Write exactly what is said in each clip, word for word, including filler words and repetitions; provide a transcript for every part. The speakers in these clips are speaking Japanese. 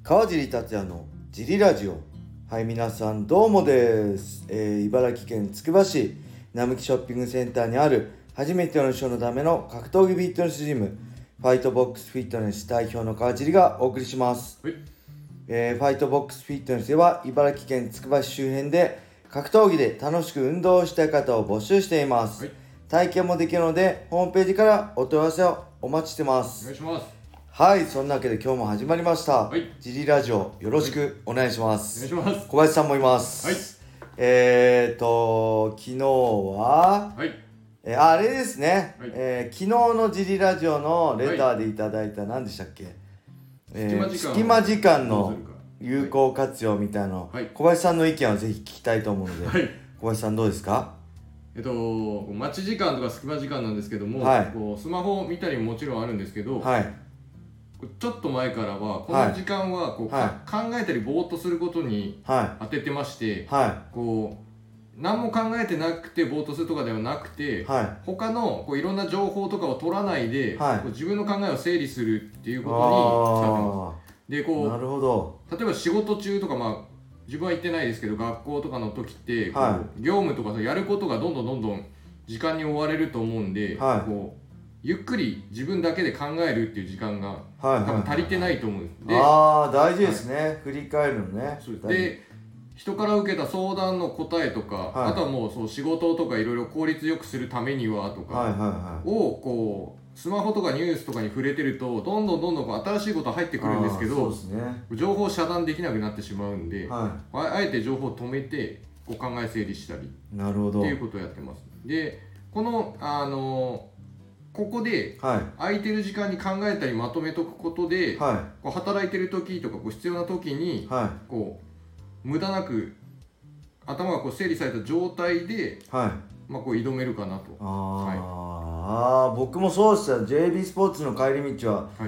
川尻達也のジリラジオ。はい、皆さんどうもです、えー、茨城県つくば市並木ショッピングセンターにある初めての人のための格闘技フィットネスジム、ファイトボックスフィットネス代表の川尻がお送りします、 はい。 えー、ファイトボックスフィットネスでは茨城県つくば市周辺で格闘技で楽しく運動をしたい方を募集しています、 はい、 体験もできるのでホームページからお問い合わせをお待ちしてまおす。 願いします。 はい、そんなわけで今日も始まりました、 はい、 ジリラジオよろしくお願いします、 お願いします。 小林さんもいます。 はい。 えーと昨日は、 はい。 えー、あれですね、 はい、 えー、昨日のジリラジオのレターでいただいた、はい、何でしたっけ、えー、隙間時間の有効活用みたいなの、はい、小林さんの意見はぜひ聞きたいと思うので、はい、小林さんどうですか？ えっと待ち時間とか隙間時間なんですけども、 はい、 こうスマホ見たりももちろんあるんですけど、はい、ちょっと前からはこの時間はこう、はい、考えたりぼーっとすることに当ててまして、はい、こう何も考えてなくてぼーっとするとかではなくて、はい、他のこういろんな情報とかを取らないで、はい、こう自分の考えを整理するっていうことに使ってます。でこうなるほど。 例えば仕事中とか、まあ自分は行ってないですけど学校とかの時って、はい、業務とかやることがどんどんどんどん時間に追われると思うんで、はい、こうゆっくり自分だけで考えるっていう時間が、はい、多分足りてないと思うんです。で、 ああ大事ですね、はい、振り返るのね。 で人から受けた相談の答えとか、はい、あとはもうそう仕事とかいろいろ効率よくするためにはとか、はいはいはい、をこうスマホとかニュースとかに触れてるとどんどんどんどん新しいこと入ってくるんですけど、そうですね、情報を遮断できなくなってしまうんで、はい、あえて情報を止めてこう考え整理したり、なるほどっていうことをやってます。でこのあのここで空いてる時間に考えたりまとめとくことで、はい、こう働いてる時とかこう必要な時に、はい、こう無駄なく頭がこう整理された状態で、はい、まあこう挑めるかなと。あ、 はい、あ僕もそうですよ。 ジェイビー スポーツの帰り道は、はい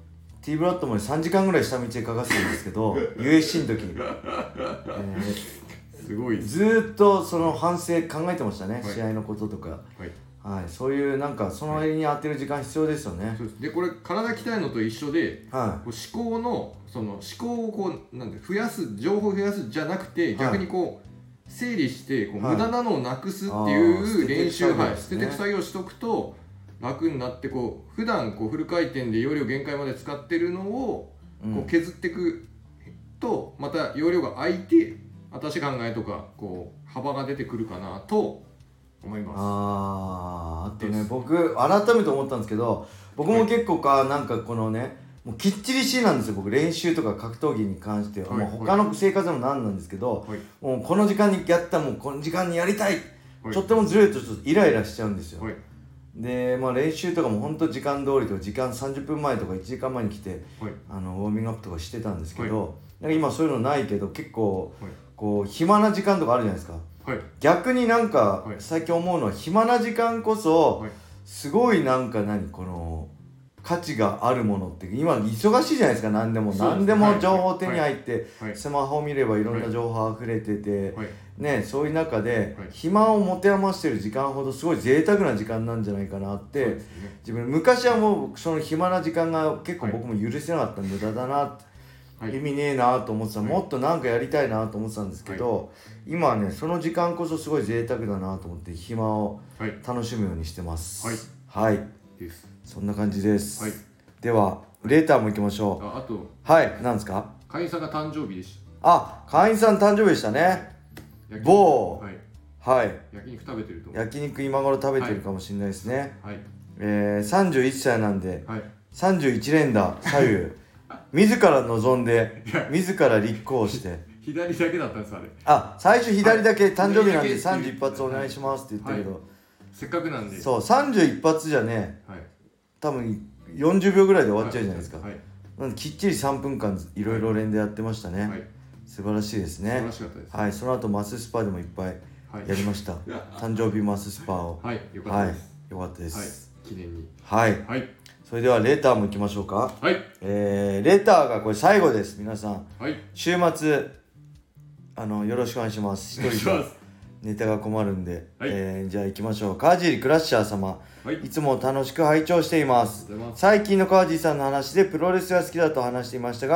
、T ブラッドまでさんじかんぐらい下道へかかってるんですけどユーエスシー の時に、えー、すごいずーっとその反省考えてましたね、はい、試合のこととか、はいはい、そういうなんかその辺に当てる時間必要ですよね。 そうです。でこれ体鍛えるのと一緒で、はい、こう思考のその思考をこうなんで増やす、情報を増やすじゃなくて、逆にこう整理してこう、はい、無駄なのをなくすっていう練習、はい、捨てていく作業をしとくと楽になって、こう普段こうフル回転で容量限界まで使ってるのをこう削っていくと、また容量が空いて新しい考えとかこう幅が出てくるかなと思います。 あーあとね、僕改めて思ったんですけど、僕も結構か、はい、なんかこのねもうきっちり C なんですよ。僕練習とか格闘技に関しては、はい、もう他の生活でもなんなんですけど、はい、もうこの時間にやったらもうこの時間にやりたい、はい、ちょっともずれるとちょっとイライラしちゃうんですよ、はい、で、まあ、練習とかも本当時間通りとか時間さんじゅっぷんまえとかいちじかんまえに来て、はい、あのウォーミングアップとかしてたんですけど、はい、なんか今そういうのないけど結構、はい、こう暇な時間とかあるじゃないですか。はい、逆になんか最近思うのは、暇な時間こそすごいなんか何この価値があるものって、今忙しいじゃないですか。何でも何でも情報手に入ってスマホを見ればいろんな情報あふれててね、そういう中で暇を持て余してる時間ほどすごい贅沢な時間なんじゃないかなって自分、昔はもうその暇な時間が結構僕も許せなかったんで無駄だなって、はい、意味ねえなと思ってた、はい、もっとなんかやりたいなと思ってたんですけど、はい、今はねその時間こそすごい贅沢だなと思って暇を楽しむようにしてます。はい、はい、そんな感じです、はい、ではレーターも行きましょう。 あ、あとはい何ですか？ 会員さんが誕生日でした。 あ、会員さん誕生日でしたね。某、はい、はい、 焼肉食べてると思う。 焼肉今頃食べてるかもしれないですね。はい、えー、さんじゅういっさいなんで、はい、さんじゅういち連打左右自ら望んで自ら立候補して左だけだったんですあれ。 あ、最初左だけ、はい、誕生日なんでさんじゅういっ発お願いしますって言ったけど、はい、 せっかくなんでそうさんじゅういっ発じゃね、はい、多分よんじゅうびょうぐらいで終わっちゃうじゃないですか、はいはい、なんできっちりさんぷんかんいろいろ連でやってましたね、はい、素晴らしいですね。 素晴らしかったです。 はい、その後マススパでもいっぱいやりました、はい、誕生日マススパを。 はい、よかったです、 はい、よかったです、 はい、記念に。 はい、はい、それではレターもいきましょうか。 はい、 えー、レターがこれ最後です。皆さん、はい、週末あのよろしくお願いします。一人でネタが困るんで、はい、えー、じゃあ行きましょう。川尻クラッシャー様、はい、いつも楽しく拝聴しています。最近の川尻さんの話でプロレスが好きだと話していましたが、は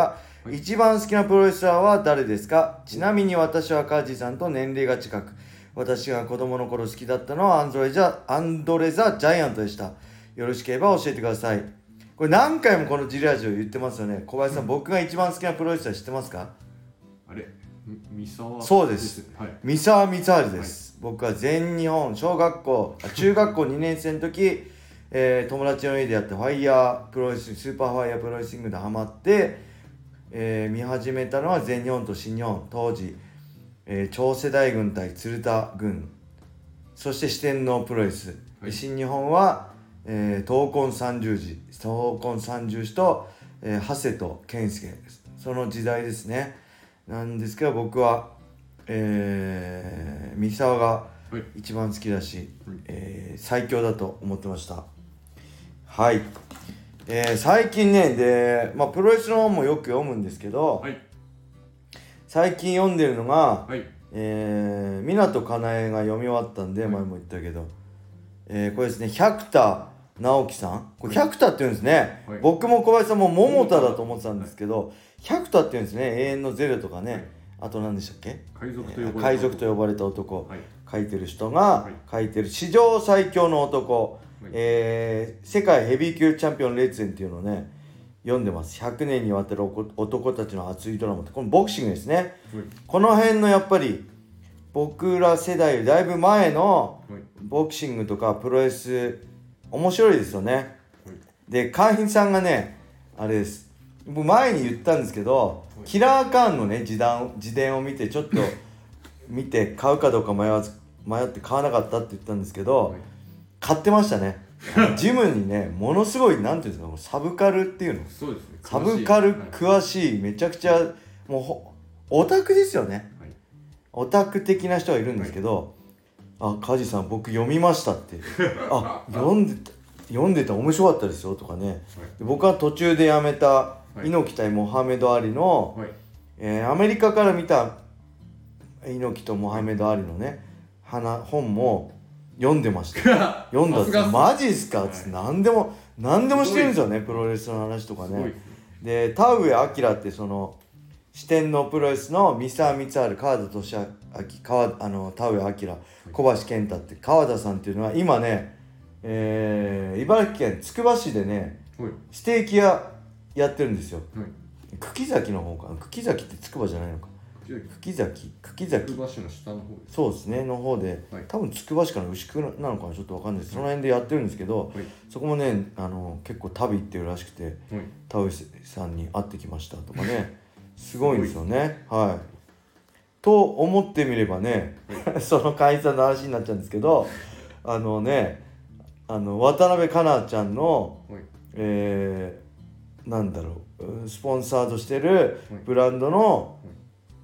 はい、一番好きなプロレスラーは誰ですか？ちなみに私はカージさんと年齢が近く、私が子供の頃好きだったのはアンドレジャアンドレザ・ジャイアントでした。よろしければ教えてください。これ何回もこのジラジオ言ってますよね。小林さん、うん、僕が一番好きなプロレスラー知ってますか？ あれ三沢。 そうです、はい、三沢光晴です、はい、僕は全日本小学校中学校にねん生の時えー、友達の家でやってファイヤープロレススーパーファイヤープロレスリングでハマって、えー、見始めたのは全日本と新日本、当時、えー、超世代軍対鶴田軍、そして四天王プロレス、はい、新日本は、えー、闘魂三十字闘魂三十字と、えー、長谷と健介、その時代ですね。なんですけど僕は、えー、三沢が一番好きだし、はい、えー、最強だと思ってました。はい、えー、最近ねで、まあ、プロレスの本もよく読むんですけど、はい、最近読んでるのが、はい、えー、湊かなえが読み終わったんで、はい、前も言ったけど、えー、これですね、百田直樹さん、これ百田って言うんですね、はい、僕も小林さんも桃田だと思ってたんですけど、百田って言うんですね。永遠のゼロとかね、はい、あと何でしたっけ、 海賊と呼ばれた男、 えー、海賊と呼ばれた男、はい、書いてる人が書いてる史上最強の男、はい、えー、世界ヘビー級チャンピオン列伝っていうのをね読んでます。ひゃくねんにわたる男たちの熱いドラマって、このボクシングですね、はい、この辺のやっぱり僕ら世代だいぶ前のボクシングとかプロレス面白いですよね、はい、で会員さんがねあれです、僕前に言ったんですけど、はい、キラーカーンのね自伝自伝を見てちょっと見て買うかどうか迷わず迷って買わなかったって言ったんですけど、はい、買ってましたね。ジムにねものすごいなんていうんですか、サブカルっていうの、 そうですね、 サブカル詳しい、めちゃくちゃもうオタクですよね、はい、オタク的な人がいるんですけど、はい、あ、梶さん僕読みましたってあ、読んでた読んでた面白かったですよとかね、はい、で僕は途中でやめた猪木対モハメド・アリの、はい、えー、アメリカから見た猪木とモハメド・アリのね本も読んでました読んだってマジっすかっつって、はい、何でも何でもしてるんですよね、プロレスの話とかね。で田上彰ってその四天王プロレスの三沢光晴、川田俊明、川あの田上彰、小橋健太って川田さんっていうのは今ね、えー、茨城県つくば市でね、はい、ステーキ屋やってるんですよ、はい、茎崎の方かな、茎崎ってつくばじゃないのか、茎崎茎崎つくば市の下の方です。 そうですねの方で、はい、多分つくば市かな牛久なのかなちょっと分かんないです、はい、その辺でやってるんですけど、はい、そこもねあの結構旅行ってるらしくて、はい、田上さんに会ってきましたとかねすごいんですよね。はいと思ってみればね、はい、その会員さんの話になっちゃうんですけどあのねあの渡辺香奈ちゃんの、はい、えー、なんだろうスポンサードしてるブランドの、はい、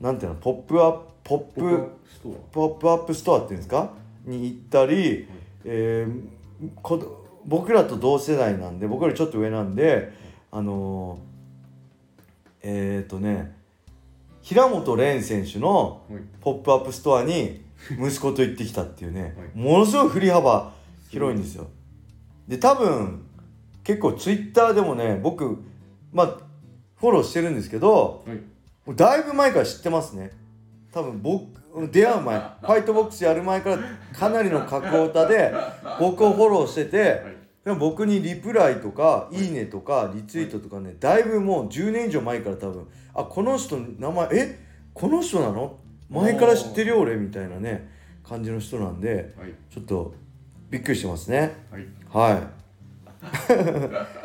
なんていうのポップアップポップポップアップストアっていうんですかに行ったり、はい、えー、こ僕らと同世代なんで僕らちょっと上なんで、はい、あのー、えっ、ー、とね平本蓮選手のポップアップストアに息子と行ってきたっていうね、はい、ものすごい振り幅広いんですよ。で多分結構ツイッターでもね僕まあフォローしてるんですけど、はい、もうだいぶ前から知ってますね。多分僕出会う前ファイトボックスやる前からかなりの格オタで僕をフォローしてて、はい、でも僕にリプライとかいいねとかリツイートとかねだいぶもうじゅうねん以上前から多分あこの人名前えこの人なの前から知ってるよ俺みたいなね感じの人なんで、はい、ちょっとびっくりしてますね。はい、はい、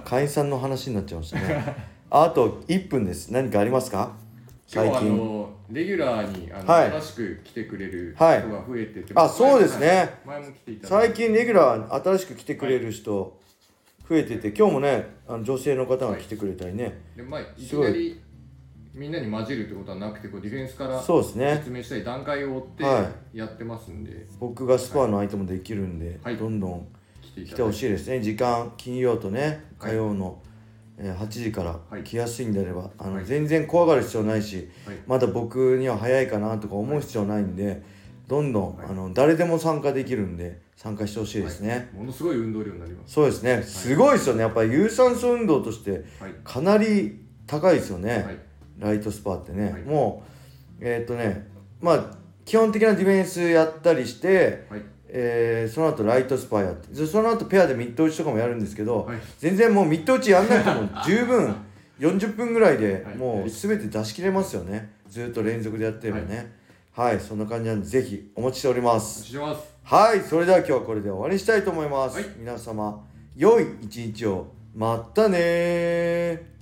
会員さんの話になっちゃいましたねあ, あといっぷんです。何かありますか？ 最近今日あのレギュラーにあの、はい、新しく来てくれる人が増えてて、 はい、あそうですね、 前も来ていただいて最近レギュラー新しく来てくれる人増えてて、はい、今日もねあの女性の方が来てくれたりね、はい、 でまあ、いきなりみんなに混じるってことはなくてこうディフェンスから説明したり段階を追ってやってますんで、はい、 僕がスパーの相手もできるんで、はい、どんどん来てほしいですね。時間金曜とね火曜のはちじから来やすいんであれば、はい、あの、はい、全然怖がる必要ないし、はい、まだ僕には早いかなとか思う必要ないんで、はい、どんどん、はい、あの誰でも参加できるんで参加してほしいですね、はい、 ものすごい運動量になります。 そうですね、はい、すごいですよね。やっぱり有酸素運動としてかなり高いですよね、はい、 ライトスパってね、 はい、 もうえっ、ー、とねまあ基本的なディフェンスやったりして、はい、えー、その後ライトスパやってその後ペアでミット打ちとかもやるんですけど、はい、全然もうミット打ちやんなくても十分よんじゅっぷんぐらいでもう全て出し切れますよね。ずっと連続でやってればね。はい、はい、そんな感じなんでぜひお持ちしております。 お待ちしてます。 はい、それでは今日はこれで終わりにしたいと思います。 はい、 皆様良い一日を。またねー。